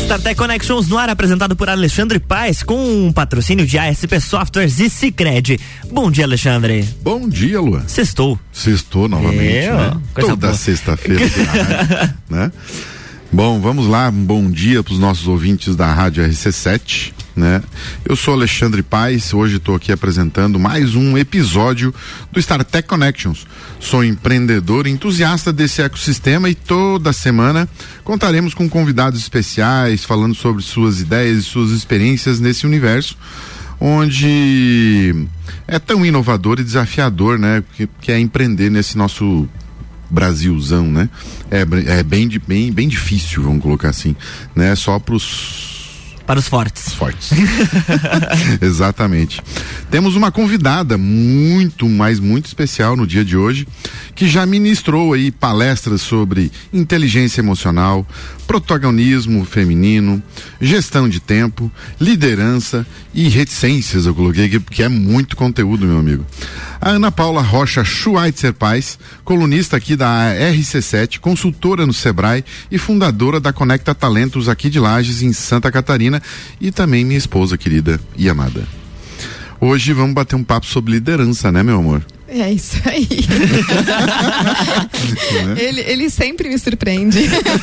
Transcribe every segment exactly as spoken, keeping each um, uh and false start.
StarTech Connections no ar, apresentado por Alexandre Paes, com um patrocínio de A S P Softwares e Sicredi. Bom dia, Alexandre. Bom dia, Lua. Sextou. Sextou novamente, é, né? Toda sexta-feira, né? Bom, vamos lá, um bom dia para os nossos ouvintes da Rádio R C sete, né? Eu sou Alexandre Paes, hoje estou aqui apresentando mais um episódio do StarTech Connections. Sou empreendedor entusiasta desse ecossistema e toda semana contaremos com convidados especiais falando sobre suas ideias e suas experiências nesse universo, onde é tão inovador e desafiador, né? Que, que é empreender nesse nosso Brasilzão, né? É, é bem, bem, bem difícil, vamos colocar assim, né? Só pros Para os fortes. Fortes. Exatamente. Temos uma convidada muito, mas muito especial no dia de hoje, que já ministrou aí palestras sobre inteligência emocional, protagonismo feminino, gestão de tempo, liderança e reticências, eu coloquei aqui, porque é muito conteúdo, meu amigo. A Ana Paula Rocha Schweitzer Paes, colunista aqui da R C sete, consultora no Sebrae e fundadora da Conecta Talentos aqui de Lages, em Santa Catarina, e também minha esposa querida e amada. Hoje vamos bater um papo sobre liderança, né, meu amor? É isso aí. ele, ele sempre me surpreende.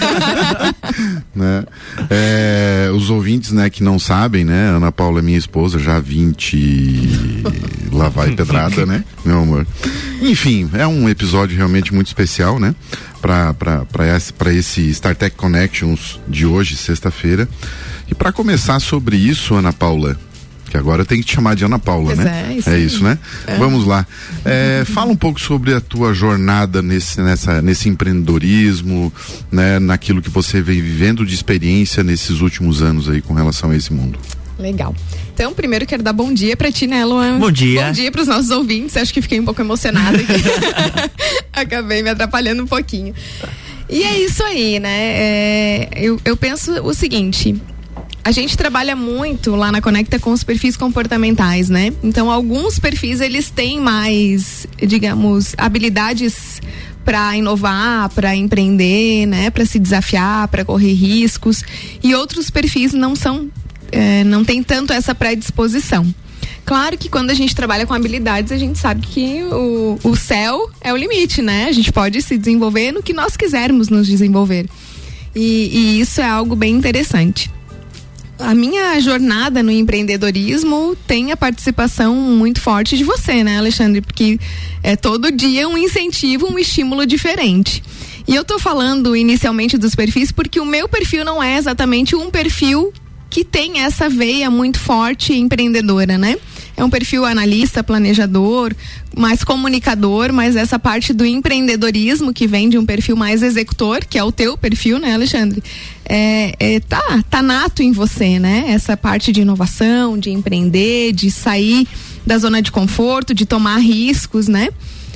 Né? É, os ouvintes, né, que não sabem, né, Ana Paula é minha esposa, já vinte lá vai pedrada, né, meu amor? Enfim, é um episódio realmente muito especial, né, para para esse, pra esse StarTech Connections de hoje, sexta-feira. E para começar sobre isso, Ana Paula, que agora tem que te chamar de Ana Paula, pois né? É, isso, é isso, né? É. Vamos lá. É, fala um pouco sobre a tua jornada nesse, nessa, nesse empreendedorismo, né? Naquilo que você vem vivendo de experiência nesses últimos anos aí com relação a esse mundo. Legal. Então, primeiro quero dar bom dia pra ti, né, Luan? Bom dia. Bom dia pros nossos ouvintes. Acho que fiquei um pouco emocionada aqui. Acabei me atrapalhando um pouquinho. E é isso aí, né? É, eu, eu penso o seguinte: a gente trabalha muito lá na Conecta com os perfis comportamentais, né? Então, alguns perfis, eles têm mais, digamos, habilidades para inovar, para empreender, né? Para se desafiar, para correr riscos. E outros perfis não são, é, não tem tanto essa predisposição. Claro que quando a gente trabalha com habilidades, a gente sabe que o, o céu é o limite, né? A gente pode se desenvolver no que nós quisermos nos desenvolver. E, e isso é algo bem interessante. A minha jornada no empreendedorismo tem a participação muito forte de você, né, Alexandre? Porque é todo dia um incentivo, um estímulo diferente. E eu tô falando inicialmente dos perfis porque o meu perfil não é exatamente um perfil que tem essa veia muito forte empreendedora, né? É um perfil analista, planejador, mais comunicador, mas essa parte do empreendedorismo que vem de um perfil mais executor, que é o teu perfil, né, Alexandre? É, é, tá, tá nato em você, né? Essa parte de inovação, de empreender, de sair da zona de conforto, de tomar riscos, né?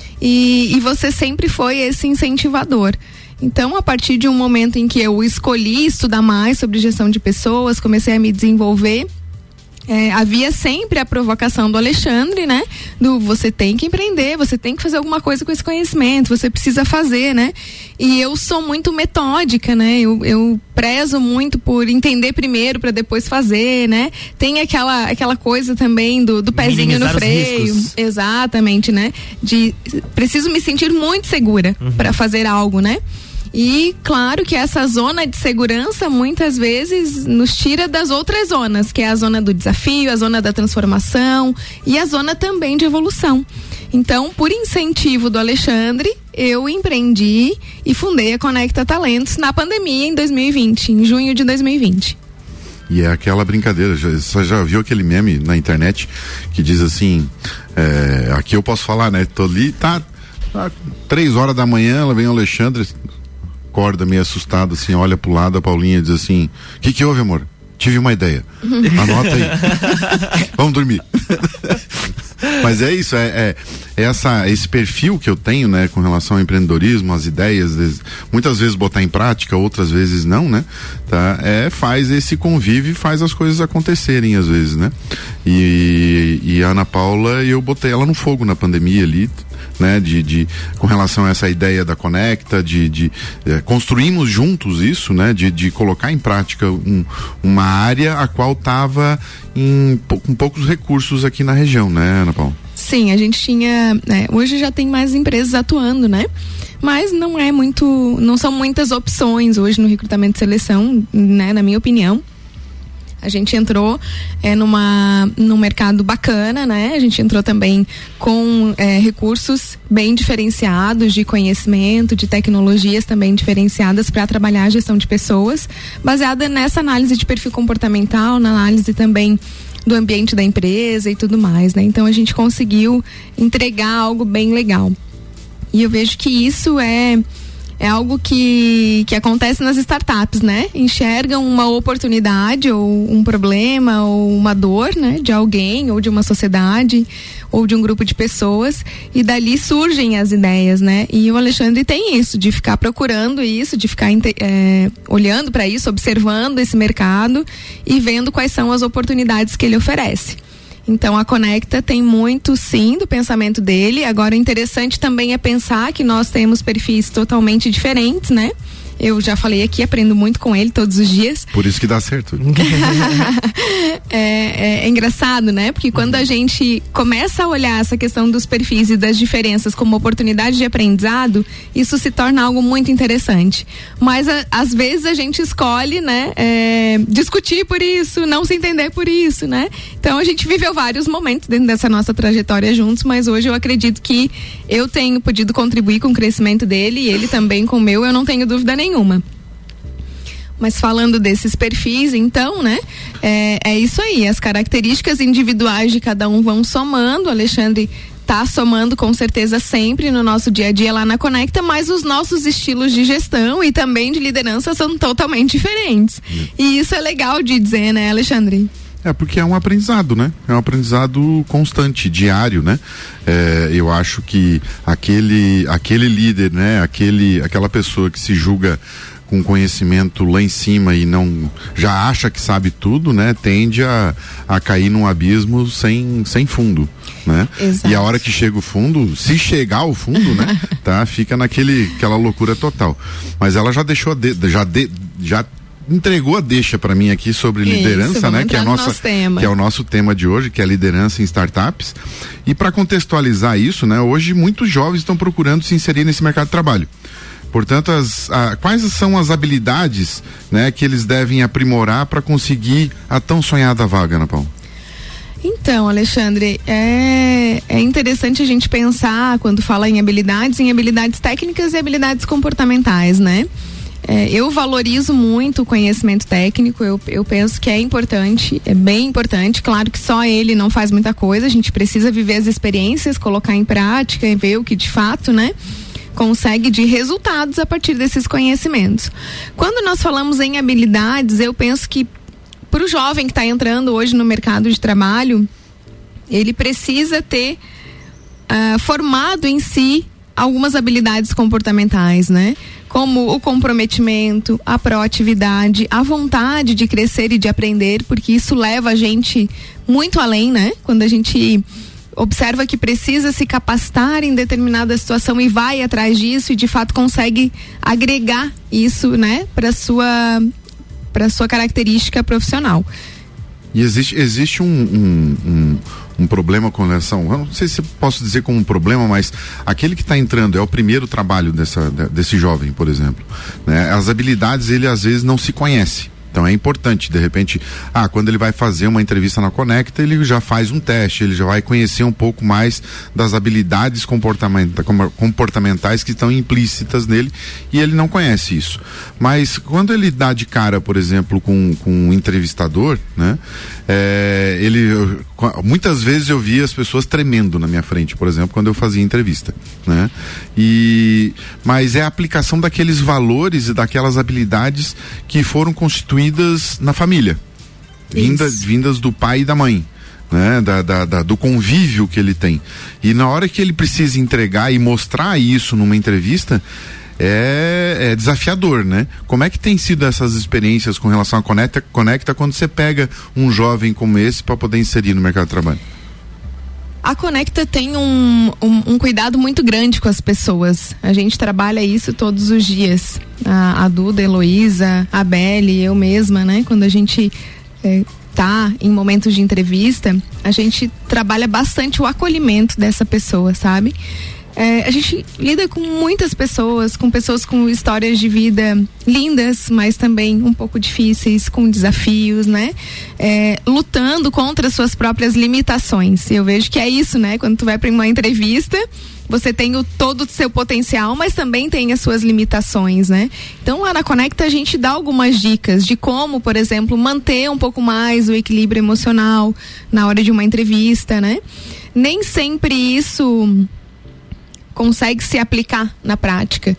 E, e você sempre foi esse incentivador. Então, a partir de um momento em que eu escolhi estudar mais sobre gestão de pessoas, comecei a me desenvolver, É, havia sempre a provocação do Alexandre, né? Do você tem que empreender, você tem que fazer alguma coisa com esse conhecimento, você precisa fazer, né? E eu sou muito metódica, né? Eu, eu prezo muito por entender primeiro para depois fazer, né? Tem aquela, aquela coisa também do, do pezinho minimizar no freio. Exatamente, né? De preciso me sentir muito segura uhum. para fazer algo, né? E claro que essa zona de segurança muitas vezes nos tira das outras zonas, que é a zona do desafio, a zona da transformação e a zona também de evolução. Então, por incentivo do Alexandre, eu empreendi e fundei a Conecta Talentos na pandemia em dois mil e vinte, em junho de dois mil e vinte. E é aquela brincadeira, já, você já viu aquele meme na internet que diz assim, é, aqui eu posso falar, né? Tô ali, tá, tá três horas da manhã, ela vem o Alexandre, acorda meio assustado, assim, olha pro lado, a Paulinha diz assim, o que que houve, amor? Tive uma ideia. Uhum. Anota aí. Vamos dormir. Mas é isso, é, é essa, esse perfil que eu tenho, né, com relação ao empreendedorismo, as ideias, muitas vezes botar em prática, outras vezes não, né? Tá? É, faz esse convívio e faz as coisas acontecerem às vezes, né? E, e a Ana Paula, eu botei ela no fogo na pandemia ali, né, de, de, com relação a essa ideia da Conecta, de, de é, construímos juntos isso, né, de, de colocar em prática um, uma área a qual estava em, com poucos recursos aqui na região, né, Ana Paula? Sim, a gente tinha, né, hoje já tem mais empresas atuando, né? Mas não é muito, não são muitas opções hoje no recrutamento e seleção, né, na minha opinião. A gente entrou é, numa, num mercado bacana, né? A gente entrou também com é, recursos bem diferenciados de conhecimento, de tecnologias também diferenciadas para trabalhar a gestão de pessoas, baseada nessa análise de perfil comportamental, na análise também do ambiente da empresa e tudo mais, né? Então a gente conseguiu entregar algo bem legal. E eu vejo que isso é É algo que, que acontece nas startups, né? Enxergam uma oportunidade ou um problema ou uma dor, né? De alguém ou de uma sociedade ou de um grupo de pessoas e dali surgem as ideias, né? E o Alexandre tem isso, de ficar procurando isso, de ficar é, olhando para isso, observando esse mercado e vendo quais são as oportunidades que ele oferece. Então a Conecta tem muito sim do pensamento dele. Agora o interessante também é pensar que nós temos perfis totalmente diferentes, né? Eu já falei aqui, aprendo muito com ele todos os dias. Por isso que dá certo. é, é, é engraçado, né? Porque quando a gente começa a olhar essa questão dos perfis e das diferenças como oportunidade de aprendizado, isso se torna algo muito interessante. Mas a, às vezes a gente escolhe, né? É, discutir por isso, não se entender por isso, né? Então a gente viveu vários momentos dentro dessa nossa trajetória juntos, mas hoje eu acredito que eu tenho podido contribuir com o crescimento dele e ele também com o meu, eu não tenho dúvida nenhuma. nenhuma. Mas falando desses perfis, então, né? É, é isso aí, as características individuais de cada um vão somando, o Alexandre tá somando com certeza sempre no nosso dia a dia lá na Conecta, mas os nossos estilos de gestão e também de liderança são totalmente diferentes. E isso é legal de dizer, né, Alexandre? É porque é um aprendizado, né? É um aprendizado constante, diário, né? É, eu acho que aquele, aquele líder, né? Aquele, aquela pessoa que se julga com conhecimento lá em cima e não já acha que sabe tudo, né? Tende a, a cair num abismo sem, sem fundo, né? Exato. E a hora que chega o fundo, se chegar ao fundo, né? Tá? Fica naquele, aquela loucura total. Mas ela já deixou, de, já, de, já entregou a deixa para mim aqui sobre Isso, liderança, né? Que é, a nossa, tema. que é o nosso tema de hoje, que é liderança em startups. E para contextualizar isso, né? Hoje muitos jovens estão procurando se inserir nesse mercado de trabalho. Portanto, as, a, quais são as habilidades, né, que eles devem aprimorar para conseguir a tão sonhada vaga, Ana Paula? Então, Alexandre, é, é interessante a gente pensar, quando fala em habilidades, em habilidades técnicas e habilidades comportamentais, né? É, eu valorizo muito o conhecimento técnico, eu, eu penso que é importante, é bem importante. Claro que só ele não faz muita coisa, a gente precisa viver as experiências, colocar em prática e ver o que de fato, né, consegue de resultados a partir desses conhecimentos. Quando nós falamos em habilidades, eu penso que para o jovem que está entrando hoje no mercado de trabalho, ele precisa ter uh, formado em si algumas habilidades comportamentais, né? Como o comprometimento, a proatividade, a vontade de crescer e de aprender, porque isso leva a gente muito além, né? Quando a gente observa que precisa se capacitar em determinada situação e vai atrás disso e de fato consegue agregar isso, né, para sua para sua característica profissional. E existe existe um, um, um, um problema com relação, eu não sei se posso dizer como um problema, mas aquele que está entrando é o primeiro trabalho dessa, desse jovem, por exemplo, né? As habilidades ele às vezes não se conhece. Então é importante, de repente, ah, quando ele vai fazer uma entrevista na Conecta, ele já faz um teste, ele já vai conhecer um pouco mais das habilidades comportamenta, comportamentais que estão implícitas nele e ele não conhece isso. Mas quando ele dá de cara, por exemplo, com, com um entrevistador, né? É, ele, eu, muitas vezes eu via as pessoas tremendo na minha frente, por exemplo, quando eu fazia entrevista, né? E, mas é a aplicação daqueles valores e daquelas habilidades que foram constituídas na família, vindas, vindas do pai e da mãe, né? Da, da, da, do convívio que ele tem. E na hora que ele precisa entregar e mostrar isso numa entrevista, é, é desafiador, né? Como é que tem sido essas experiências com relação à Conecta, Conecta quando você pega um jovem como esse para poder inserir no mercado de trabalho? A Conecta tem um, um, um cuidado muito grande com as pessoas. A gente trabalha isso todos os dias. A, a Duda, a Heloísa, a Beli, eu mesma, né? Quando a gente é, tá em momentos de entrevista, a gente trabalha bastante o acolhimento dessa pessoa, sabe? É, a gente lida com muitas pessoas, com pessoas com histórias de vida lindas, mas também um pouco difíceis, com desafios, né? É, lutando contra suas próprias limitações. Eu vejo que é isso, né? Quando tu vai para uma entrevista, você tem o todo o seu potencial, mas também tem as suas limitações, né? Então lá na Conecta a gente dá algumas dicas de como, por exemplo, manter um pouco mais o equilíbrio emocional na hora de uma entrevista, né? Nem sempre isso consegue se aplicar na prática.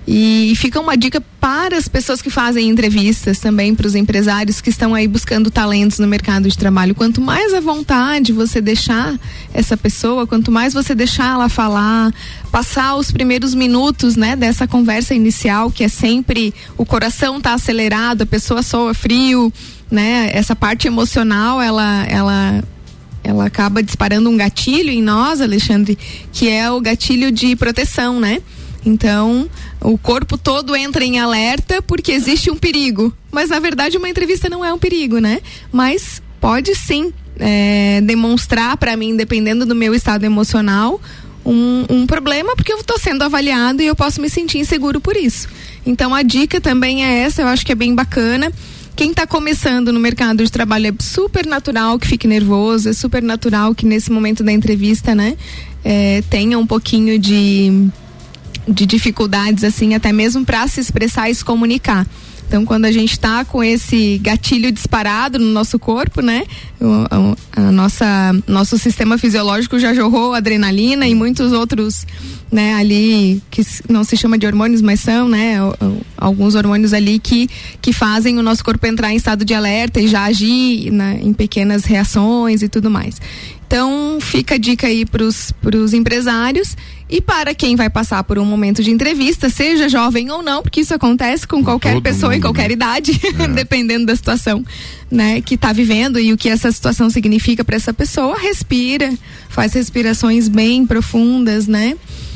E fica uma dica para as pessoas que fazem entrevistas, também para os empresários que estão aí buscando talentos no mercado de trabalho. Quanto mais à vontade você deixar essa pessoa, quanto mais você deixar ela falar, passar os primeiros minutos, né, dessa conversa inicial, que é sempre o coração tá acelerado, a pessoa soa frio, né? Essa parte emocional, ela ela ela acaba disparando um gatilho em nós, Alexandre, que é o gatilho de proteção, né? Então, o corpo todo entra em alerta porque existe um perigo. Mas, na verdade, uma entrevista não é um perigo, né? Mas pode sim é, demonstrar para mim, dependendo do meu estado emocional, um, um problema, porque eu estou sendo avaliado e eu posso me sentir inseguro por isso. Então, a dica também é essa, eu acho que é bem bacana. Quem está começando no mercado de trabalho é super natural que fique nervoso, é super natural que nesse momento da entrevista, né, é, tenha um pouquinho de, de dificuldades, assim, até mesmo para se expressar e se comunicar. Então, quando a gente está com esse gatilho disparado no nosso corpo, né, o, a, a nossa, nosso sistema fisiológico já jorrou adrenalina e muitos outros, né, ali, que não se chama de hormônios, mas são, né, o, o, alguns hormônios ali que, que fazem o nosso corpo entrar em estado de alerta e já agir, né, em pequenas reações e tudo mais. Então, fica a dica aí pros, pros empresários e para quem vai passar por um momento de entrevista, seja jovem ou não, porque isso acontece com qualquer Todo pessoa mundo, em qualquer né? idade, é. dependendo da situação, né, que está vivendo e o que essa situação significa para essa pessoa. Respira, faz respirações bem profundas, né?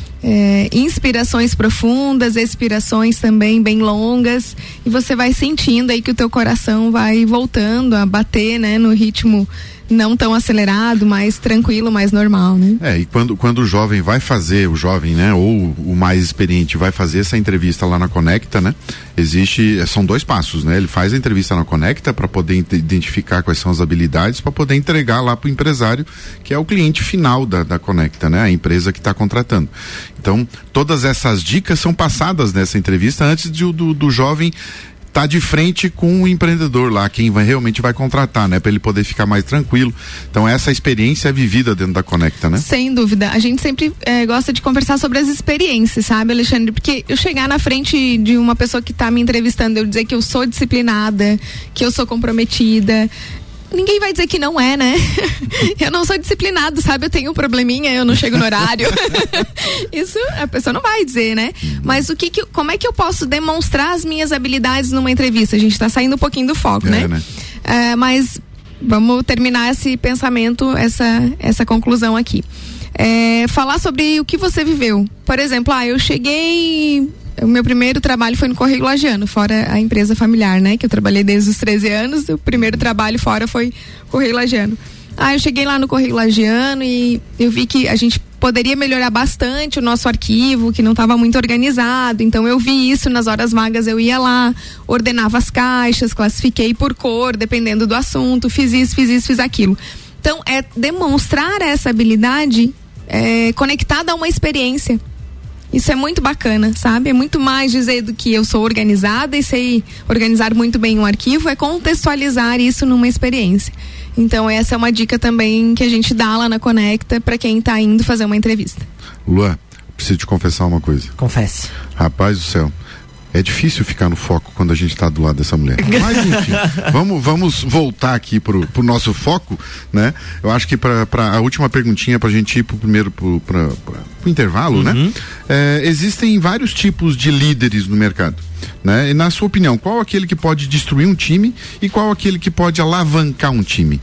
É, inspirações profundas, expirações também bem longas, e você vai sentindo aí que o teu coração vai voltando a bater, né, no ritmo não tão acelerado, mais tranquilo, mais normal, né? É, e quando, quando o jovem vai fazer, o jovem, né, ou o mais experiente vai fazer essa entrevista lá na Conecta, né, existe, são dois passos, né, ele faz a entrevista na Conecta para poder identificar quais são as habilidades, para poder entregar lá pro empresário, que é o cliente final da, da Conecta, né, a empresa que está contratando. Então, todas essas dicas são passadas nessa entrevista antes de, do, do jovem tá de frente com o empreendedor lá, quem vai, realmente vai contratar, né? Para ele poder ficar mais tranquilo. Então, essa experiência é vivida dentro da Conecta, né? Sem dúvida. A gente sempre é, gosta de conversar sobre as experiências, sabe, Alexandre? Porque eu chegar na frente de uma pessoa que tá me entrevistando, eu dizer que eu sou disciplinada, que eu sou comprometida, ninguém vai dizer que não é, né? Eu não sou disciplinado, sabe? Eu tenho um probleminha, eu não chego no horário. Isso a pessoa não vai dizer, né? Mas o que, que como é que eu posso demonstrar as minhas habilidades numa entrevista? A gente tá saindo um pouquinho do foco, é, né? né? É, mas vamos terminar esse pensamento, essa, essa conclusão aqui. É, falar sobre o que você viveu. Por exemplo, ah, eu cheguei... O meu primeiro trabalho foi no Correio Lagiano, fora a empresa familiar, né? Que eu trabalhei desde os treze anos, o primeiro trabalho fora foi Correio Lagiano. Ah, eu cheguei lá no Correio Lagiano e eu vi que a gente poderia melhorar bastante o nosso arquivo, que não estava muito organizado, então eu vi isso nas horas vagas, eu ia lá, ordenava as caixas, classifiquei por cor, dependendo do assunto, fiz isso, fiz isso, fiz aquilo. Então, é demonstrar essa habilidade é, conectada a uma experiência. Isso é muito bacana, sabe? É muito mais dizer do que eu sou organizada e sei organizar muito bem um arquivo, é contextualizar isso numa experiência. Então essa é uma dica também que a gente dá lá na Conecta para quem está indo fazer uma entrevista. Luan, preciso te confessar uma coisa. Confesse. Rapaz do céu, É difícil ficar no foco quando a gente está do lado dessa mulher. Mas enfim, vamos, vamos voltar aqui pro, pro nosso foco, né? Eu acho que para a última perguntinha pra gente ir pro primeiro pro, pra, pra, pro intervalo, uhum. né? É, existem vários tipos de líderes no mercado, né? E na sua opinião, qual aquele que pode destruir um time e qual aquele que pode alavancar um time?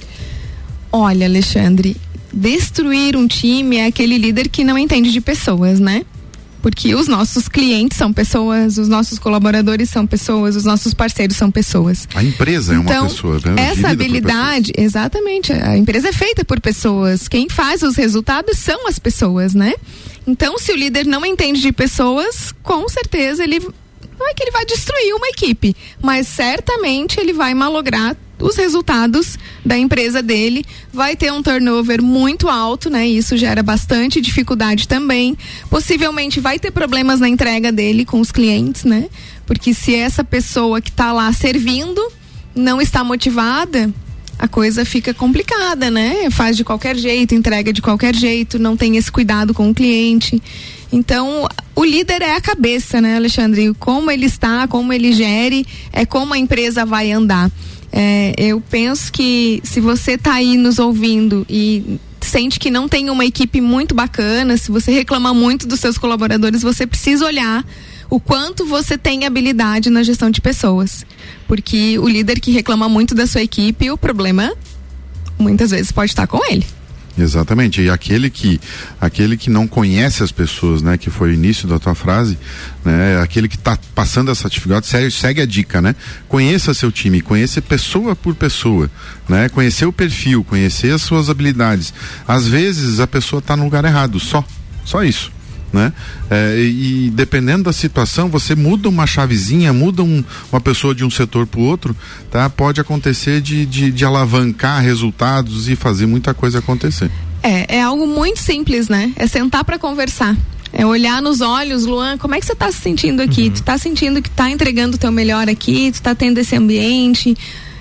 Olha, Alexandre, destruir um time é aquele líder que não entende de pessoas, né? Porque os nossos clientes são pessoas, os nossos colaboradores são pessoas, os nossos parceiros são pessoas. A empresa então, é uma pessoa, né? Essa habilidade, exatamente, a empresa é feita por pessoas. Quem faz os resultados são as pessoas, né? Então, se o líder não entende de pessoas, com certeza ele, não é que ele vai destruir uma equipe, mas certamente ele vai malograr os resultados da empresa dele, vai ter um turnover muito alto, né? Isso gera bastante dificuldade também. Possivelmente vai ter problemas na entrega dele com os clientes, né? Porque se essa pessoa que está lá servindo não está motivada, a coisa fica complicada, né? Faz de qualquer jeito, entrega de qualquer jeito, não tem esse cuidado com o cliente. Então, o líder é a cabeça, né, Alexandre? Como ele está, como ele gere, é como a empresa vai andar. É, eu penso que se você está aí nos ouvindo e sente que não tem uma equipe muito bacana, se você reclama muito dos seus colaboradores, você precisa olhar o quanto você tem habilidade na gestão de pessoas. Porque o líder que reclama muito da sua equipe, o problema muitas vezes pode estar com ele. Exatamente, e aquele que aquele que não conhece as pessoas, né, que foi o início da tua frase, né, aquele que está passando essa atividade, segue, segue a dica, né, conheça seu time, conheça pessoa por pessoa, né, conhecer o perfil, conhecer as suas habilidades. Às vezes a pessoa está no lugar errado, só, só isso, né, é, e, e dependendo da situação, você muda uma chavezinha, muda um, uma pessoa de um setor para o outro, tá? Pode acontecer de, de, de alavancar resultados e fazer muita coisa acontecer. É, é algo muito simples, né? É sentar para conversar. É olhar nos olhos, Luan, como é que você está se sentindo aqui? Uhum. Tu está sentindo que está entregando o teu melhor aqui? Tu está tendo esse ambiente?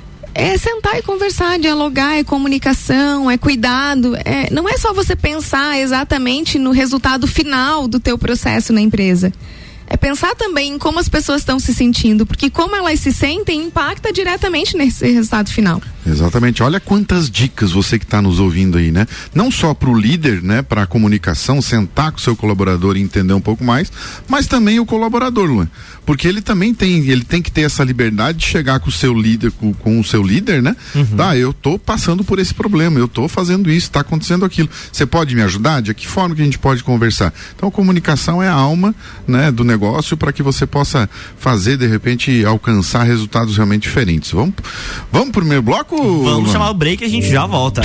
É sentar e conversar, dialogar, é comunicação, é cuidado, é, não é só você pensar exatamente no resultado final do teu processo na empresa. É pensar também em como as pessoas estão se sentindo, porque como elas se sentem impacta diretamente nesse resultado final. Exatamente, olha quantas dicas você que está nos ouvindo aí, né? Não só para o líder, né? Para a comunicação, sentar com o seu colaborador e entender um pouco mais, mas também o colaborador, Luan. Porque ele também tem, ele tem que ter essa liberdade de chegar com o seu líder, com, com o seu líder, né? Uhum. Tá, eu tô passando por esse problema, eu tô fazendo isso, tá acontecendo aquilo. Você pode me ajudar? De que forma que a gente pode conversar? Então a comunicação é a alma, né? Do negócio para que você possa fazer, de repente, alcançar resultados realmente diferentes. Vamos, vamos pro primeiro bloco? Vamos Luan? chamar o break e a gente já volta.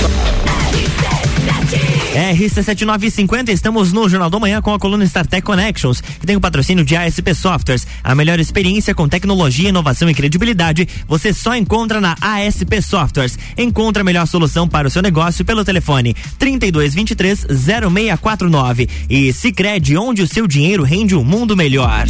R C sete nove cinquenta, estamos no Jornal da Manhã com a coluna StarTech Connections, que tem o patrocínio de A S P Softwares. A melhor experiência com tecnologia, inovação e credibilidade, você só encontra na A S P Softwares. Encontra a melhor solução para o seu negócio pelo telefone trinta e dois, vinte e três, zero seis quatro nove. E Sicredi, onde o seu dinheiro rende um mundo melhor.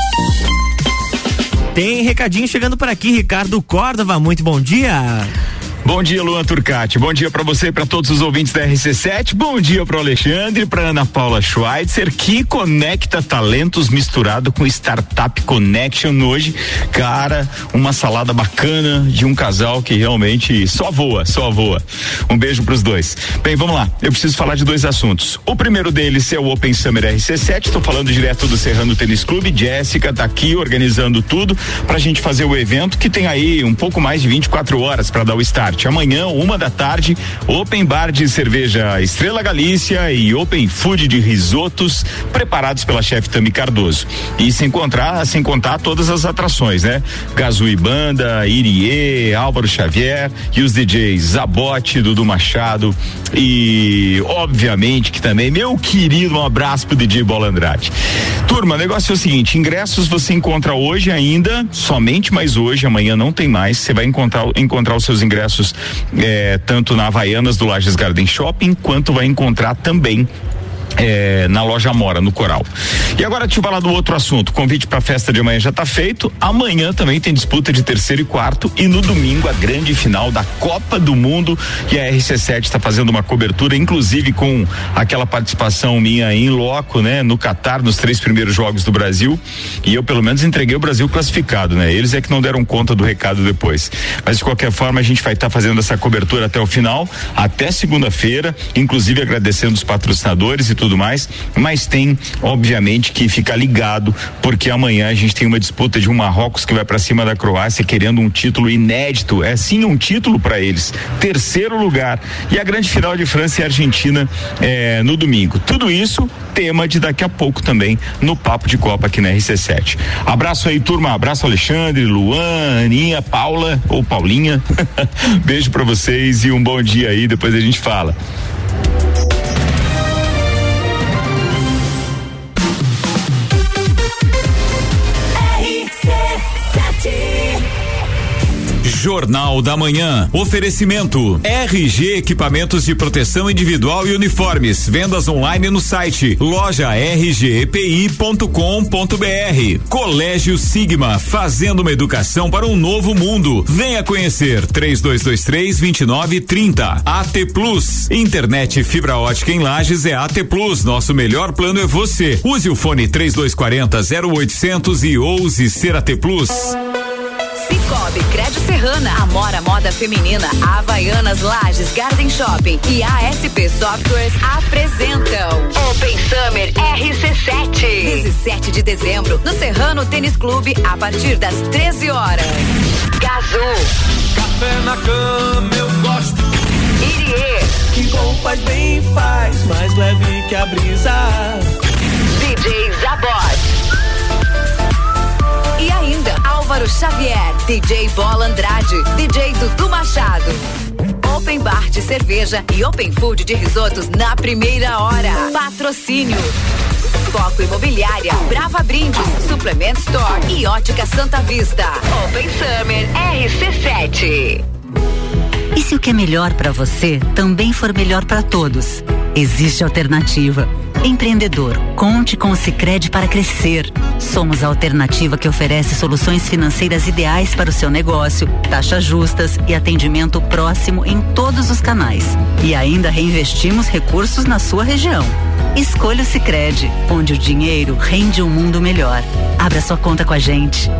Tem recadinho chegando por aqui, Ricardo Córdova, muito bom dia. Bom dia, Luan Turcati. Bom dia para você e para todos os ouvintes da R C sete. Bom dia pro Alexandre, para Ana Paula Schweitzer, que conecta talentos misturado com Startup Connection hoje. Cara, uma salada bacana de um casal que realmente só voa, só voa. Um beijo pros dois. Bem, vamos lá. Eu preciso falar de dois assuntos. O primeiro deles é o Open Summer R C sete. Tô falando direto do Serrano Tênis Clube. Jéssica tá aqui organizando tudo pra gente fazer o evento, que tem aí um pouco mais de vinte e quatro horas para dar o start. Amanhã, uma da tarde, Open Bar de cerveja Estrela Galícia e Open Food de risotos preparados pela chefe Tami Cardoso. E sem contar, sem contar todas as atrações, né? Gazui Banda, Irie, Álvaro Xavier e os D Js Zabote, Dudu Machado e, obviamente, que também, meu querido, um abraço pro D J Bola Andrade. Turma, o negócio é o seguinte, ingressos você encontra hoje ainda, somente mais hoje, amanhã não tem mais, você vai encontrar, encontrar os seus ingressos É, tanto na Havaianas do Lages Garden Shopping, quanto vai encontrar também É, na loja Amora, no Coral. E agora deixa eu falar do outro assunto. O convite para a festa de amanhã já está feito. Amanhã também tem disputa de terceiro e quarto e no domingo a grande final da Copa do Mundo, e a R C sete está fazendo uma cobertura, inclusive com aquela participação minha em loco, né, no Catar, nos três primeiros jogos do Brasil, e eu pelo menos entreguei o Brasil classificado, né? Eles é que não deram conta do recado depois. Mas de qualquer forma a gente vai estar tá fazendo essa cobertura até o final, até segunda-feira, inclusive agradecendo os patrocinadores e tudo mais, mas tem obviamente que ficar ligado, porque amanhã a gente tem uma disputa de um Marrocos que vai para cima da Croácia querendo um título inédito, é sim um título para eles, terceiro lugar, e a grande final de França e Argentina é, no domingo. Tudo isso tema de daqui a pouco também no Papo de Copa aqui na R C sete. Abraço aí, turma, abraço Alexandre, Luan, Aninha, Paula ou Paulinha. Beijo para vocês e um bom dia aí, depois a gente fala. Jornal da Manhã. Oferecimento R G Equipamentos de Proteção Individual e Uniformes. Vendas online no site loja r g e p i ponto com ponto b r. Colégio Sigma, fazendo uma educação para um novo mundo. Venha conhecer. três dois dois três, dois nove três zero. A T Plus. Internet fibra ótica em Lages é A T Plus. Nosso melhor plano é você. Use o fone três dois quatro zero, zero oitocentos e ouse ser A T Plus. Cicobi, Crédito Serrana, Amora Moda Feminina, Havaianas Lages, Garden Shopping e A S P Softwares apresentam Open Summer R C sete. dezessete de dezembro, no Serrano Tênis Clube, a partir das treze horas. Gazul. Café na cama, eu gosto. Irie. Que bom faz bem, faz, mais leve que a brisa. D J Zabot. E ainda Álvaro Xavier, D J Bola Andrade, D J Dudu Machado. Open Bar de cerveja e Open Food de risotos na primeira hora. Patrocínio Foco Imobiliária, Brava Brindes, Suplement Store e Ótica Santa Vista. Open Summer R C sete. E se o que é melhor para você também for melhor para todos? Existe alternativa. Empreendedor, conte com o Sicredi para crescer. Somos a alternativa que oferece soluções financeiras ideais para o seu negócio, taxas justas e atendimento próximo em todos os canais. E ainda reinvestimos recursos na sua região. Escolha o Sicredi, onde o dinheiro rende um mundo melhor. Abra sua conta com a gente.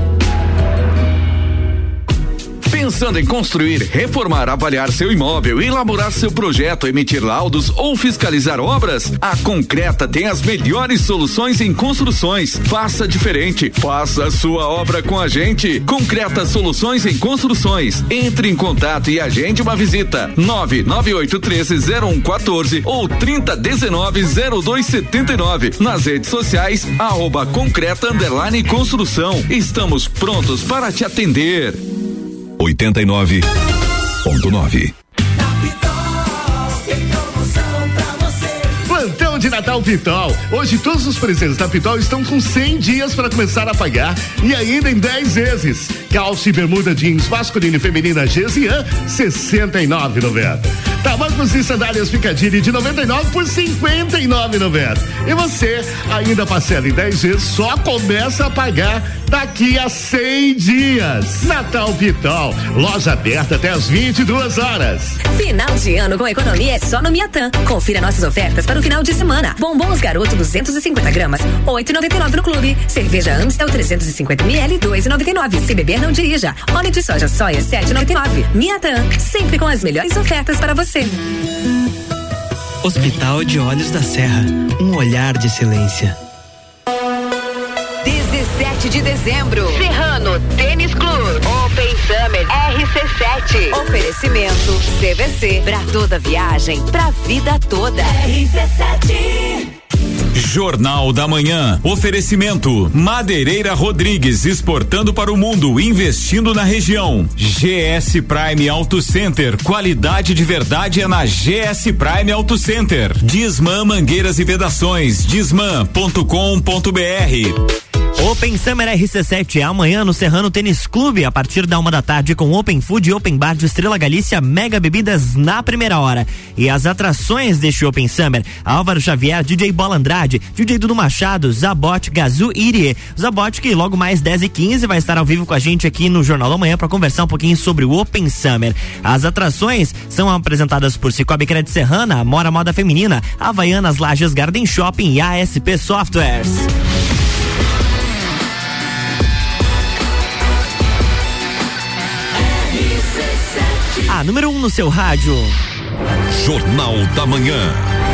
Pensando em construir, reformar, avaliar seu imóvel, elaborar seu projeto, emitir laudos ou fiscalizar obras? A Concreta tem as melhores soluções em construções. Faça diferente. Faça a sua obra com a gente. Concreta Soluções em Construções. Entre em contato e agende uma visita. nove nove oito um três zero um um quatro ou trinta dezenove zero dois setenta e nove. Nas redes sociais, arroba Concreta Underline Construção. Estamos prontos para te atender. oitenta e nove ponto nove. Plantão de Natal Pitol. Hoje todos os presentes da Pitol estão com cem dias para começar a pagar e ainda em dez vezes. Calça e bermuda jeans masculina e feminina Gesian, sessenta e nove reais e noventa centavos. Tamancos e sandálias Picadilly de noventa e nove por cinquenta e nove reais e noventa centavos. E você ainda parcela em dez vezes, só começa a pagar daqui a cem dias. Natal Pitol, loja aberta até as vinte e duas horas. Final de ano com economia é só no Miatã. Confira nossas ofertas para o final de semana. Bombons Garoto duzentos e cinquenta gramas, oito e noventa e nove no clube. Cerveja Amstel trezentos e cinquenta mililitros, dois e noventa e nove. Se beber não dirija. Óleo de soja soia sete e noventa e nove. Miatã, sempre com as melhores ofertas para você. Hospital de Olhos da Serra, um olhar de excelência. dezessete de dezembro, Serrano Tênis Clube, Open Summer R C sete. Oferecimento C V C, pra toda viagem, pra vida toda. R C sete. Jornal da Manhã. Oferecimento Madeireira Rodrigues, exportando para o mundo, investindo na região. G S Prime Auto Center, qualidade de verdade é na G S Prime Auto Center. Disman Mangueiras e Vedações, disman ponto com ponto b r. Open Summer R C sete é amanhã no Serrano Tênis Clube, a partir da uma da tarde, com Open Food e Open Bar de Estrela Galícia, mega bebidas na primeira hora. E as atrações deste Open Summer: Álvaro Xavier, D J Bola Andrade, D J Dudu Machado, Zabot, Gazu e Irie. Zabot, que logo mais dez e quinze vai estar ao vivo com a gente aqui no Jornal da Manhã para conversar um pouquinho sobre o Open Summer. As atrações são apresentadas por Cicobi Crédito Serrana, Mora Moda Feminina, Havaianas Lages Garden Shopping e A S P Softwares. A número um no seu rádio. Jornal da Manhã.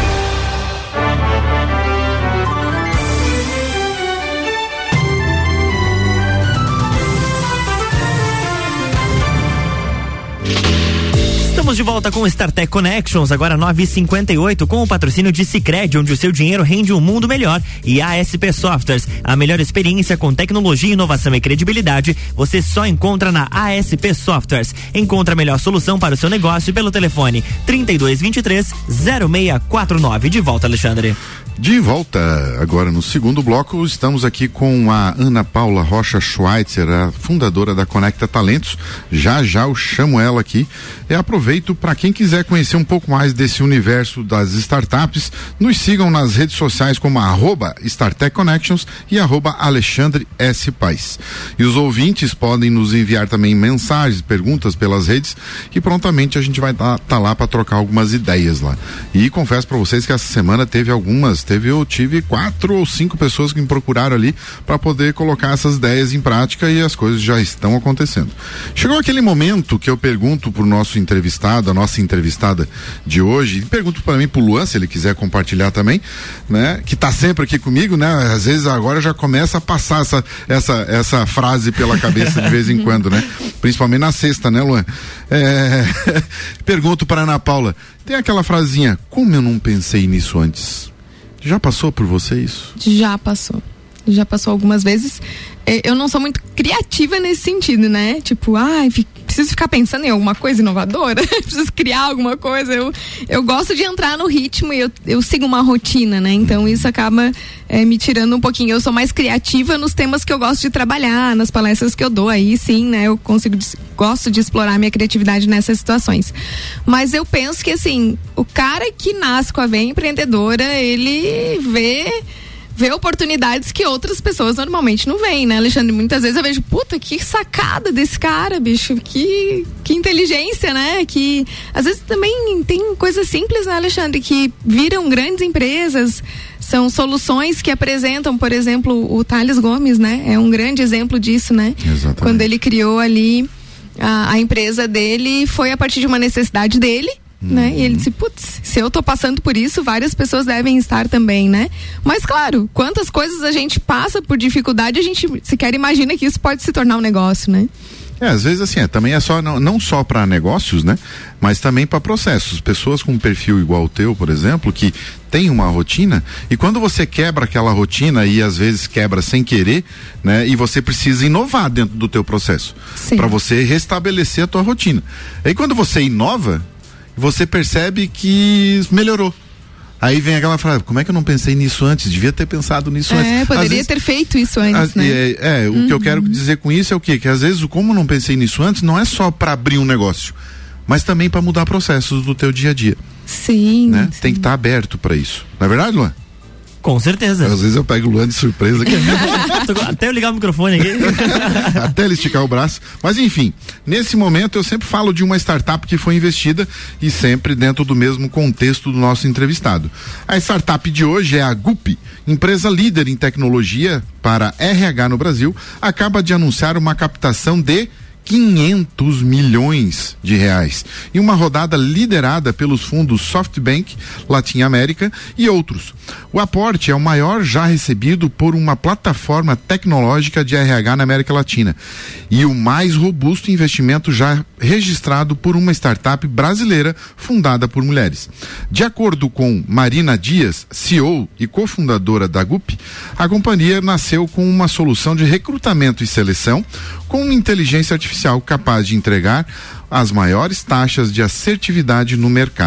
Estamos de volta com o StarTech Connections, agora nove e cinquenta e oito, com o patrocínio de Sicredi, onde o seu dinheiro rende um mundo melhor, e A S P Softwares, a melhor experiência com tecnologia, inovação e credibilidade, você só encontra na A S P Softwares. Encontra a melhor solução para o seu negócio pelo telefone trinta e dois, vinte e três, zero seis quatro nove. De volta, Alexandre. De volta, agora no segundo bloco, estamos aqui com a Ana Paula Rocha Schweitzer, a fundadora da Conecta Talentos. Já já eu chamo ela aqui. E aproveito para quem quiser conhecer um pouco mais desse universo das startups, nos sigam nas redes sociais como arroba StarTech Connections e arroba Alexandre S. Paes. E os ouvintes podem nos enviar também mensagens, perguntas pelas redes, e prontamente a gente vai estar tá, tá lá para trocar algumas ideias lá. E confesso para vocês que essa semana teve algumas Teve, eu tive quatro ou cinco pessoas que me procuraram ali para poder colocar essas ideias em prática, e as coisas já estão acontecendo. Chegou aquele momento que eu pergunto pro nosso entrevistado, a nossa entrevistada de hoje, e pergunto para mim, pro Luan, se ele quiser compartilhar também, né? Que tá sempre aqui comigo, né? Às vezes agora já começa a passar essa, essa, essa frase pela cabeça de vez em quando, né? Principalmente na sexta, né, Luan? É... Pergunto para Ana Paula, tem aquela frasinha, como eu não pensei nisso antes? Já passou por você isso? Já passou. Já passou algumas vezes. Eu não sou muito criativa nesse sentido, né? Tipo, ai, ah, preciso ficar pensando em alguma coisa inovadora, preciso criar alguma coisa. Eu, eu gosto de entrar no ritmo e eu, eu sigo uma rotina, né? Então isso acaba é, me tirando um pouquinho. Eu sou mais criativa nos temas que eu gosto de trabalhar, nas palestras que eu dou. Aí sim, né? Eu consigo, gosto de explorar minha criatividade nessas situações. Mas eu penso que, assim, o cara que nasce com a veia empreendedora, ele vê... vê oportunidades que outras pessoas normalmente não veem, né, Alexandre? Muitas vezes eu vejo, puta, que sacada desse cara, bicho, que, que inteligência, né? Que às vezes também tem coisas simples, né, Alexandre, que viram grandes empresas, são soluções que apresentam, por exemplo, o Thales Gomes, né? É um grande exemplo disso, né? Exatamente. Quando ele criou ali a, a empresa dele, foi a partir de uma necessidade dele, né? E ele disse, putz, se eu tô passando por isso, várias pessoas devem estar também, né? Mas claro, quantas coisas a gente passa por dificuldade, a gente sequer imagina que isso pode se tornar um negócio, né? É, às vezes assim, é, também é só, não, não só para negócios, né? Mas também para processos. Pessoas com um perfil igual ao teu, por exemplo, que tem uma rotina, e quando você quebra aquela rotina, e às vezes quebra sem querer, né? E você precisa inovar dentro do teu processo, para você restabelecer a tua rotina. Aí quando você inova, você percebe que melhorou. Aí vem aquela frase, como é que eu não pensei nisso antes? Devia ter pensado nisso é, antes. É, poderia vezes, ter feito isso antes, a, né? É, é uhum. O que eu quero dizer com isso é o quê? Que às vezes o como não pensei nisso antes não é só para abrir um negócio, mas também para mudar processos do teu dia a dia. Sim. Né? sim. Tem que estar tá aberto para isso. Não é verdade, Luan? Com certeza. Às vezes eu pego o Luan de surpresa aqui. Até eu ligar o microfone aqui. Até ele esticar o braço. Mas enfim, nesse momento eu sempre falo de uma startup que foi investida e sempre dentro do mesmo contexto do nosso entrevistado. A startup de hoje é a Gupi, empresa líder em tecnologia para R H no Brasil, acaba de anunciar uma captação de quinhentos milhões de reais em uma rodada liderada pelos fundos SoftBank, Latin América e outros. O aporte é o maior já recebido por uma plataforma tecnológica de R H na América Latina e o mais robusto investimento já registrado por uma startup brasileira fundada por mulheres. De acordo com Marina Dias, C E O e cofundadora da Gupi, a companhia nasceu com uma solução de recrutamento e seleção com inteligência artificial capaz de entregar as maiores taxas de assertividade no mercado.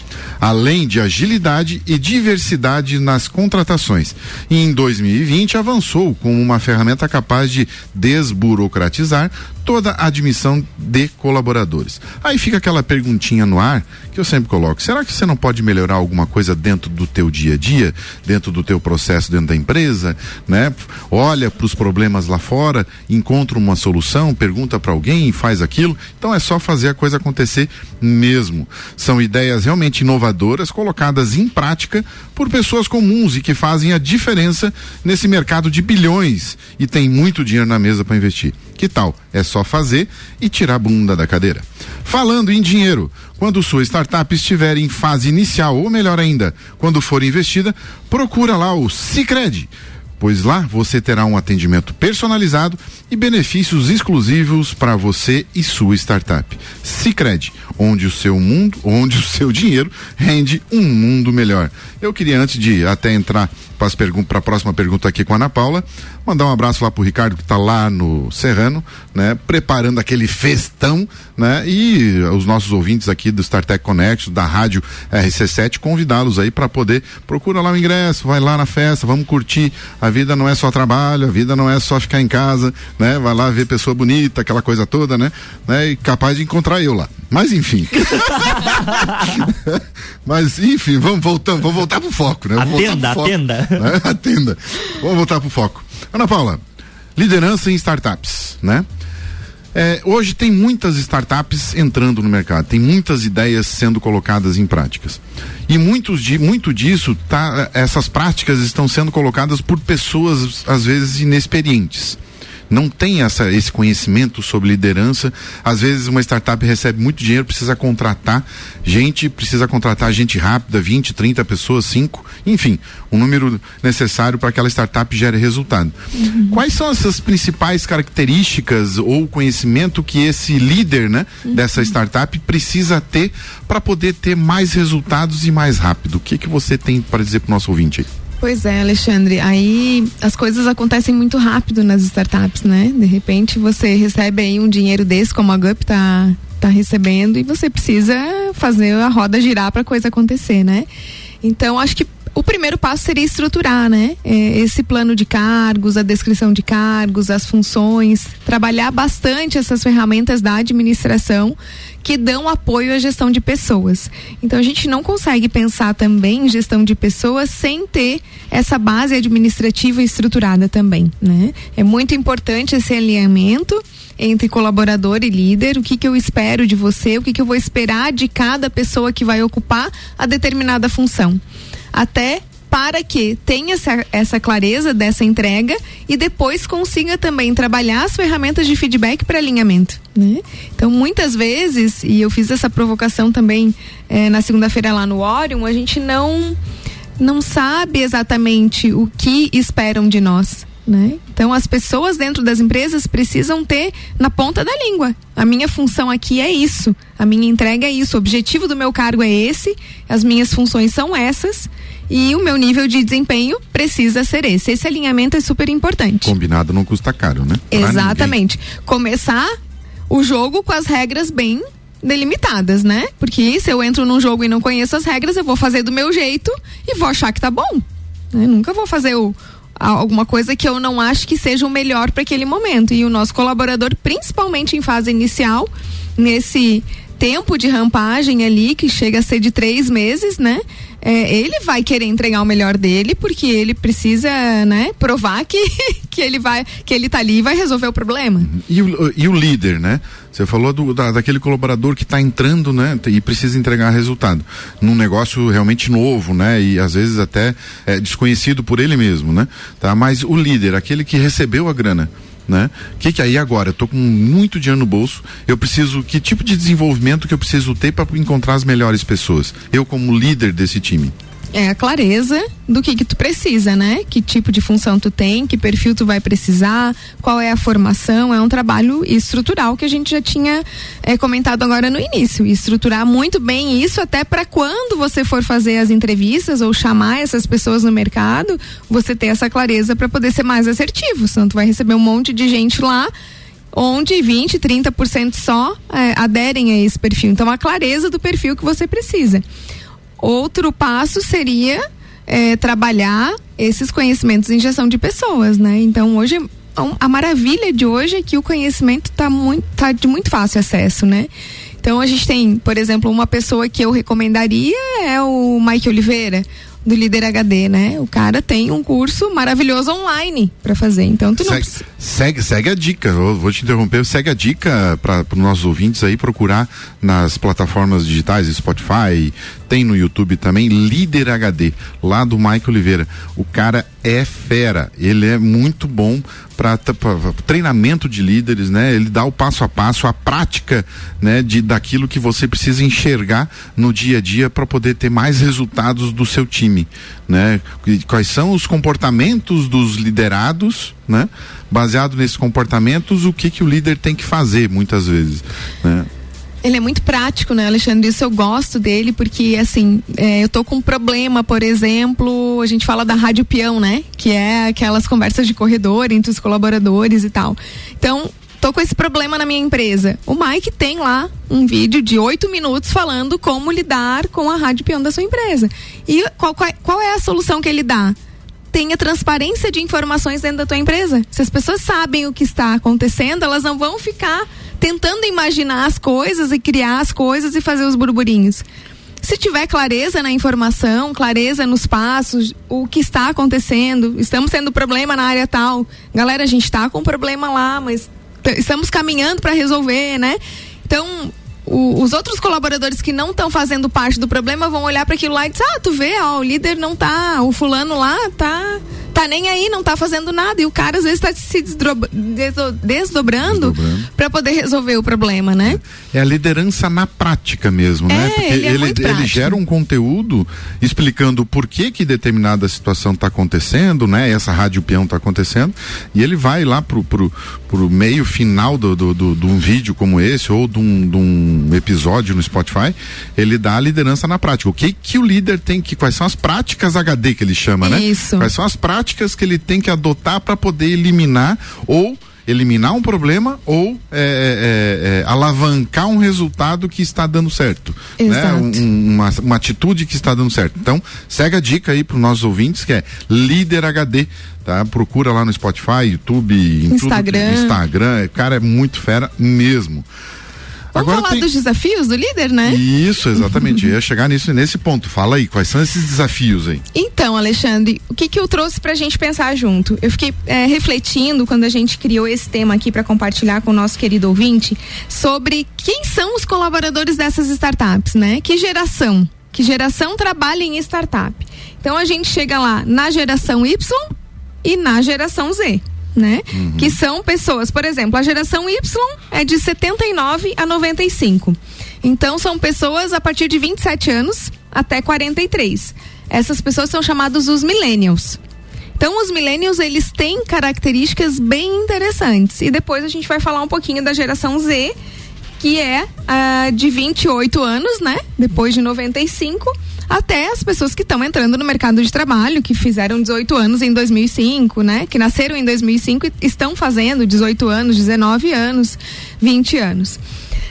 além de agilidade e diversidade nas contratações. E em dois mil e vinte avançou como uma ferramenta capaz de desburocratizar toda a admissão de colaboradores. Aí fica aquela perguntinha no ar que eu sempre coloco: será que você não pode melhorar alguma coisa dentro do teu dia a dia, dentro do teu processo dentro da empresa, né? Olha para os problemas lá fora, encontra uma solução, pergunta para alguém e faz aquilo. Então é só fazer a coisa acontecer mesmo. São ideias realmente inovadoras colocadas em prática por pessoas comuns e que fazem a diferença nesse mercado de bilhões e tem muito dinheiro na mesa para investir. Que tal? É só fazer e tirar a bunda da cadeira. Falando em dinheiro, quando sua startup estiver em fase inicial, ou melhor ainda, quando for investida, procura lá o Sicredi, pois lá você terá um atendimento personalizado e benefícios exclusivos para você e sua startup. Sicredi, onde o seu mundo, onde o seu dinheiro rende um mundo melhor. Eu queria, antes de até entrar para a próxima pergunta aqui com a Ana Paula, mandar um abraço lá pro Ricardo, que está lá no Serrano, né, preparando aquele festão, né, e os nossos ouvintes aqui do StarTech Connect, da rádio R C sete, convidá-los aí para poder, procura lá o ingresso, vai lá na festa, vamos curtir. A vida não é só trabalho, a vida não é só ficar em casa, né, vai lá ver pessoa bonita, aquela coisa toda, né, né, e capaz de encontrar eu lá. Mas enfim. Mas enfim, vamos voltando, vamos voltar pro foco, né? Vamos atenda, foco, atenda. Né? Atenda. Vamos voltar pro foco. Ana Paula, liderança em startups, né? É, hoje tem muitas startups entrando no mercado, tem muitas ideias sendo colocadas em práticas. E muitos de, muito disso, tá, essas práticas estão sendo colocadas por pessoas, às vezes, inexperientes. Não tem essa, esse conhecimento sobre liderança. Às vezes uma startup recebe muito dinheiro, precisa contratar gente, precisa contratar gente rápida, vinte, trinta pessoas, cinco, enfim, um número necessário para que aquela startup gere resultado. Uhum. Quais são essas principais características ou conhecimento que esse líder, né, uhum, dessa startup precisa ter para poder ter mais resultados e mais rápido? O que que você tem para dizer para o nosso ouvinte aí? Pois é, Alexandre, aí as coisas acontecem muito rápido nas startups, né? De repente você recebe aí um dinheiro desse, como a Gup tá, tá recebendo, e você precisa fazer a roda girar para a coisa acontecer, né? Então, acho que o primeiro passo seria estruturar, né? É, esse plano de cargos, a descrição de cargos, as funções, trabalhar bastante essas ferramentas da administração que dão apoio à gestão de pessoas. Então a gente não consegue pensar também em gestão de pessoas sem ter essa base administrativa estruturada também, né? É muito importante esse alinhamento entre colaborador e líder, o que que eu espero de você, o que que eu vou esperar de cada pessoa que vai ocupar a determinada função. Até para que tenha essa, essa clareza dessa entrega e depois consiga também trabalhar as ferramentas de feedback para alinhamento, né? Então, muitas vezes, e eu fiz essa provocação também eh, na segunda-feira lá no Orion, a gente não, não sabe exatamente o que esperam de nós, né? Então, as pessoas dentro das empresas precisam ter na ponta da língua: a minha função aqui é isso, a minha entrega é isso, o objetivo do meu cargo é esse, as minhas funções são essas e o meu nível de desempenho precisa ser esse. Esse alinhamento é super importante. Combinado não custa caro, né? Exatamente. Começar o jogo com as regras bem delimitadas, né? Porque se eu entro num jogo e não conheço as regras, eu vou fazer do meu jeito e vou achar que tá bom, né? Nunca vou fazer o alguma coisa que eu não acho que seja o melhor para aquele momento. E o nosso colaborador, principalmente em fase inicial, nesse tempo de rampagem ali, que chega a ser de três meses, né? É, ele vai querer entregar o melhor dele, porque ele precisa, né, provar que, que ele vai, que ele tá ali e vai resolver o problema. E o, e o líder, né? Você falou do, da, daquele colaborador que está entrando, né? E precisa entregar resultado num negócio realmente novo, né? E às vezes até é, desconhecido por ele mesmo, né? Tá? Mas o líder, aquele que recebeu a grana, né? Que que aí agora, eu tô com muito dinheiro no bolso, eu preciso, que tipo de desenvolvimento que eu preciso ter para encontrar as melhores pessoas? Eu como líder desse time. É a clareza do que que tu precisa, né? Que tipo de função tu tem, que perfil tu vai precisar, qual é a formação. É um trabalho estrutural que a gente já tinha é, comentado agora no início. Estruturar muito bem isso, até para quando você for fazer as entrevistas ou chamar essas pessoas no mercado, você ter essa clareza para poder ser mais assertivo. Senão tu vai receber um monte de gente lá onde vinte, trinta por cento só é, aderem a esse perfil. Então, a clareza do perfil que você precisa. outro passo seria é, trabalhar esses conhecimentos em gestão de pessoas, né? Então hoje a maravilha de hoje é que o conhecimento está muito, tá de muito fácil acesso, né? Então a gente tem, por exemplo, uma pessoa que eu recomendaria é o Mike Oliveira, do Líder H D, né? O cara tem um curso maravilhoso online para fazer. Então tu não segue, precisa... segue, segue a dica. Eu vou te interromper. Segue a dica para os nossos ouvintes aí procurar nas plataformas digitais, Spotify, tem no YouTube também, Líder H D, lá do Mike Oliveira. O cara é fera. Ele é muito bom para treinamento de líderes, né? Ele dá o passo a passo, a prática, né? De daquilo que você precisa enxergar no dia a dia para poder ter mais resultados do seu time, né? Quais são os comportamentos dos liderados, né? Baseado nesses comportamentos, o que que o líder tem que fazer muitas vezes, né? Ele é muito prático, né, Alexandre? Isso eu gosto dele, porque, assim, é, eu tô com um problema, por exemplo, a gente fala da rádio peão, né? Que é aquelas conversas de corredor entre os colaboradores e tal. Então, tô com esse problema na minha empresa. O Mike tem lá um vídeo de oito minutos falando como lidar com a rádio peão da sua empresa. E qual, qual, qual é a solução que ele dá? Tenha transparência de informações dentro da tua empresa. Se as pessoas sabem o que está acontecendo, elas não vão ficar tentando imaginar as coisas e criar as coisas e fazer os burburinhos. Se tiver clareza na informação, clareza nos passos, o que está acontecendo, estamos tendo problema na área tal, galera, a gente está com problema lá, mas t- estamos caminhando para resolver, né? Então, o, os outros colaboradores que não estão fazendo parte do problema vão olhar para aquilo lá e dizer, ah, tu vê, ó, o líder não tá, o fulano lá tá, tá nem aí, não tá fazendo nada, e o cara às vezes tá se desdobra, desdobrando para poder resolver o problema, né? É a liderança na prática mesmo, é, né? Porque ele, é ele, muito ele gera um conteúdo explicando por que que determinada situação está acontecendo, né? Essa rádio peão está acontecendo, e ele vai lá pro, pro, pro meio final do, do, do, de um vídeo como esse, ou de um, de um episódio no Spotify, ele dá a liderança na prática. O que que o líder tem que, quais são as práticas H D que ele chama, né? Isso. Quais são as práticas que ele tem que adotar para poder eliminar ou eliminar um problema ou é, é, é, alavancar um resultado que está dando certo, né? Um, uma, uma atitude que está dando certo. Então, segue a dica aí para os nossos ouvintes, que é Líder H D, tá? Procura lá no Spotify, YouTube, em Instagram. Tudo, Instagram, o cara é muito fera mesmo. Vamos Agora falar tem... dos desafios do líder, né? Isso, exatamente. Eu ia chegar nisso, nesse ponto. Fala aí, quais são esses desafios aí? Então, Alexandre, o que que eu trouxe pra gente pensar junto? Eu fiquei é, refletindo quando a gente criou esse tema aqui para compartilhar com o nosso querido ouvinte sobre quem são os colaboradores dessas startups, né? Que geração? Que geração trabalha em startup? Então a gente chega lá na geração Y e na geração Z. Né? Uhum. Que são pessoas, por exemplo, a geração Y é de setenta e nove a noventa e cinco. Então são pessoas a partir de vinte e sete anos até quarenta e três. Essas pessoas são chamadas os millennials. Então os millennials, eles têm características bem interessantes. E depois a gente vai falar um pouquinho da geração Z, que é uh, de vinte e oito anos, né? Depois de noventa e cinco, até as pessoas que estão entrando no mercado de trabalho, que fizeram dezoito anos em dois mil e cinco, né? Que nasceram em dois mil e cinco e estão fazendo dezoito anos, dezenove anos, vinte anos.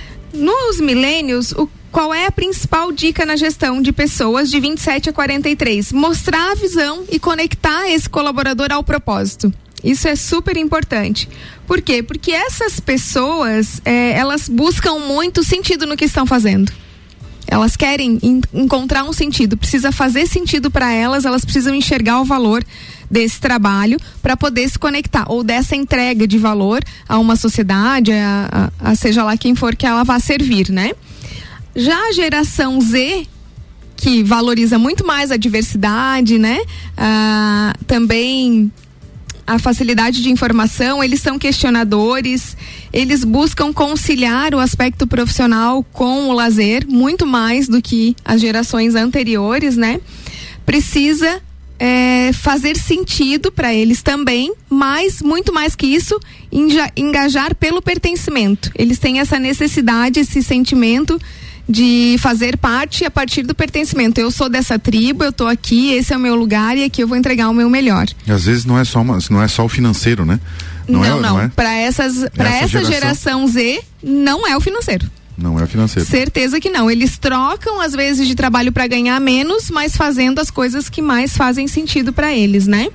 Nos millennials, o, qual é a principal dica na gestão de pessoas de vinte e sete a quarenta e três? Mostrar a visão e conectar esse colaborador ao propósito. Isso é super importante. Por quê? Porque essas pessoas, é, elas buscam muito sentido no que estão fazendo. Elas querem in, encontrar um sentido, precisa fazer sentido para elas, elas precisam enxergar o valor desse trabalho para poder se conectar, ou dessa entrega de valor a uma sociedade, a, a, a seja lá quem for que ela vá servir, né? Já a geração Z, que valoriza muito mais a diversidade, né? Ah, também a facilidade de informação, eles são questionadores, eles buscam conciliar o aspecto profissional com o lazer, muito mais do que as gerações anteriores, né? Precisa é, fazer sentido para eles também, mas muito mais que isso, enja, engajar pelo pertencimento. Eles têm essa necessidade, esse sentimento de fazer parte a partir do pertencimento. Eu sou dessa tribo, eu tô aqui, esse é o meu lugar e aqui eu vou entregar o meu melhor. E às vezes não é só uma, não é só o financeiro, né? Não, não. não. não. É? Para essas, para essa, essa geração... geração Z, não é o financeiro. Não é financeiro. Certeza que não. Eles trocam às vezes de trabalho para ganhar menos, mas fazendo as coisas que mais fazem sentido para eles, né?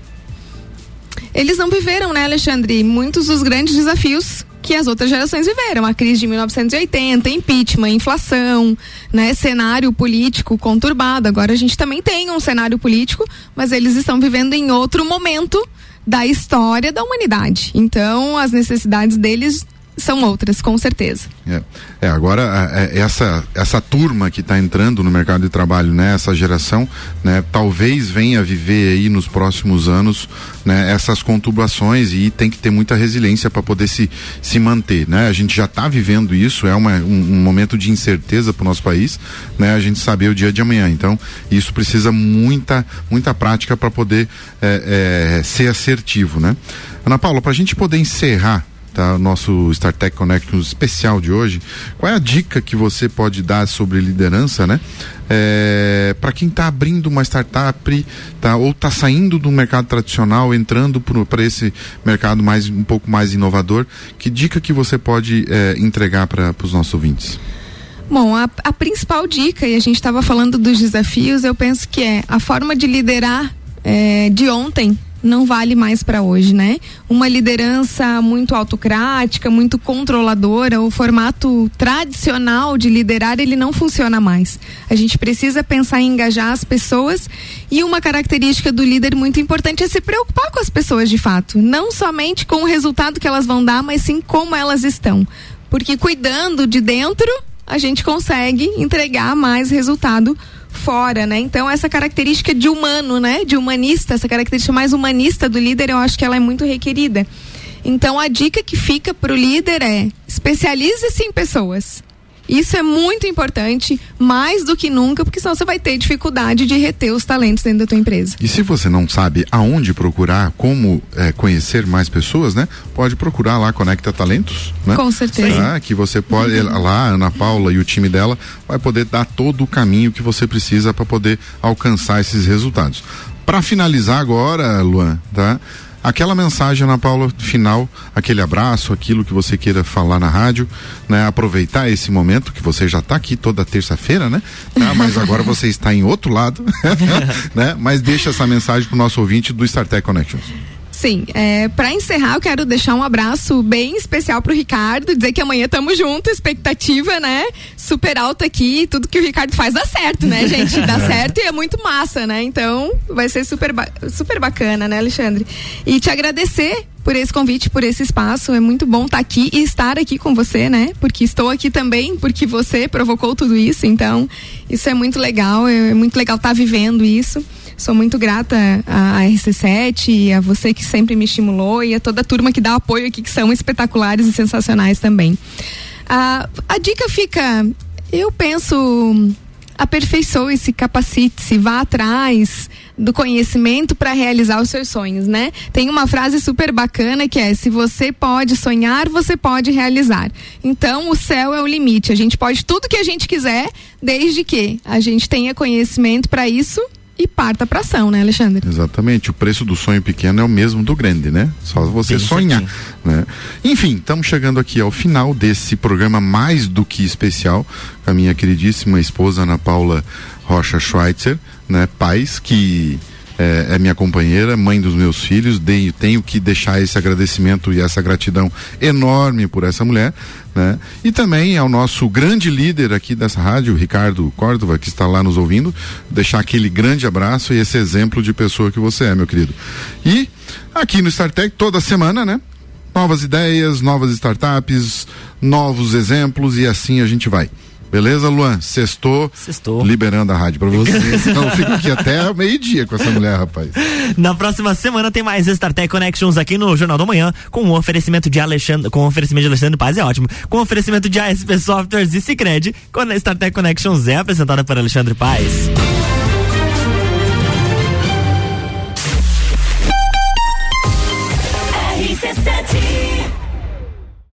Eles não viveram, né, Alexandre, muitos dos grandes desafios que as outras gerações viveram. A crise de mil novecentos e oitenta, impeachment, inflação, né, cenário político conturbado. Agora a gente também tem um cenário político, mas eles estão vivendo em outro momento da história da humanidade. Então, as necessidades deles são outras, com certeza. É, é agora é, essa essa turma que está entrando no mercado de trabalho, né, essa geração, né, talvez venha viver aí nos próximos anos, né, essas conturbações, e tem que ter muita resiliência para poder se se manter, né? A gente já está vivendo isso, é uma, um, um momento de incerteza para o nosso país, né? A gente saber o dia de amanhã, então isso precisa muita muita prática para poder é, é, ser assertivo, né? Ana Paula, para a gente poder encerrar, tá, nosso StarTech Connect especial de hoje, qual é a dica que você pode dar sobre liderança, né? É, para quem está abrindo uma startup, tá, ou está saindo do mercado tradicional, entrando para esse mercado mais um pouco mais inovador, que dica que você pode é, entregar para os nossos ouvintes? Bom, a, a principal dica, e a gente estava falando dos desafios, eu penso que é a forma de liderar é, de ontem não vale mais para hoje, né? Uma liderança muito autocrática, muito controladora, o formato tradicional de liderar, ele não funciona mais. A gente precisa pensar em engajar as pessoas, e uma característica do líder muito importante é se preocupar com as pessoas de fato, não somente com o resultado que elas vão dar, mas sim como elas estão. Porque cuidando de dentro, a gente consegue entregar mais resultado fora, né? Então essa característica de humano, né? De humanista, essa característica mais humanista do líder, eu acho que ela é muito requerida. Então a dica que fica pro líder é: especialize-se em pessoas. Isso é muito importante, mais do que nunca, porque senão você vai ter dificuldade de reter os talentos dentro da tua empresa. E se você não sabe aonde procurar, como é, conhecer mais pessoas, né? Pode procurar lá Conecta Talentos, né? Com certeza. Ah, que você pode, uhum. lá a Ana Paula e o time dela vai poder dar todo o caminho que você precisa para poder alcançar esses resultados. Para finalizar agora, Luan, tá? Aquela mensagem, Ana Paula, final, aquele abraço, aquilo que você queira falar na rádio, né? Aproveitar esse momento que você já está aqui toda terça-feira, né? Tá? Mas agora você está em outro lado, né? Mas deixa essa mensagem para o nosso ouvinte do StarTech Connections. Sim, é, para encerrar eu quero deixar um abraço bem especial pro Ricardo, dizer que amanhã tamo junto, expectativa, né, super alta aqui, tudo que o Ricardo faz dá certo, né, gente, dá certo e é muito massa, né, então vai ser super, ba- super bacana, né, Alexandre, e te agradecer por esse convite, por esse espaço, é muito bom estar aqui e estar aqui com você, né, porque estou aqui também, porque você provocou tudo isso, então isso é muito legal, é muito legal estar vivendo isso. Sou muito grata à R C sete, a você que sempre me estimulou e a toda a turma que dá apoio aqui, que são espetaculares e sensacionais também. A, a dica fica, eu penso, aperfeiçoe-se, capacite-se, vá atrás do conhecimento para realizar os seus sonhos, né? Tem uma frase super bacana que é: se você pode sonhar, você pode realizar. Então o céu é o limite, a gente pode tudo que a gente quiser, desde que a gente tenha conhecimento para isso e parta pra ação, né, Alexandre? Exatamente, o preço do sonho pequeno é o mesmo do grande, né? Só você Bem sonhar, certinho. Né? Enfim, estamos chegando aqui ao final desse programa mais do que especial, com a minha queridíssima esposa Ana Paula Rocha Schweitzer, né? Paz, que é, é minha companheira, mãe dos meus filhos, de, tenho que deixar esse agradecimento e essa gratidão enorme por essa mulher, né? E também ao nosso grande líder aqui dessa rádio, Ricardo Córdova, que está lá nos ouvindo, deixar aquele grande abraço e esse exemplo de pessoa que você é, meu querido. E aqui no StarTech, toda semana, né? Novas ideias, novas startups, novos exemplos, e assim a gente vai. Beleza, Luan? Sextou, Sextou. Liberando a rádio pra vocês. Então fico aqui até meio-dia com essa mulher, rapaz. Na próxima semana tem mais StarTech Connections aqui no Jornal da Manhã, com o oferecimento de Alexandre, com o oferecimento de Alexandre Paz, é ótimo, com o oferecimento de A S P Softwares e Sicredi, quando a StarTech Connections é apresentada por Alexandre Paz.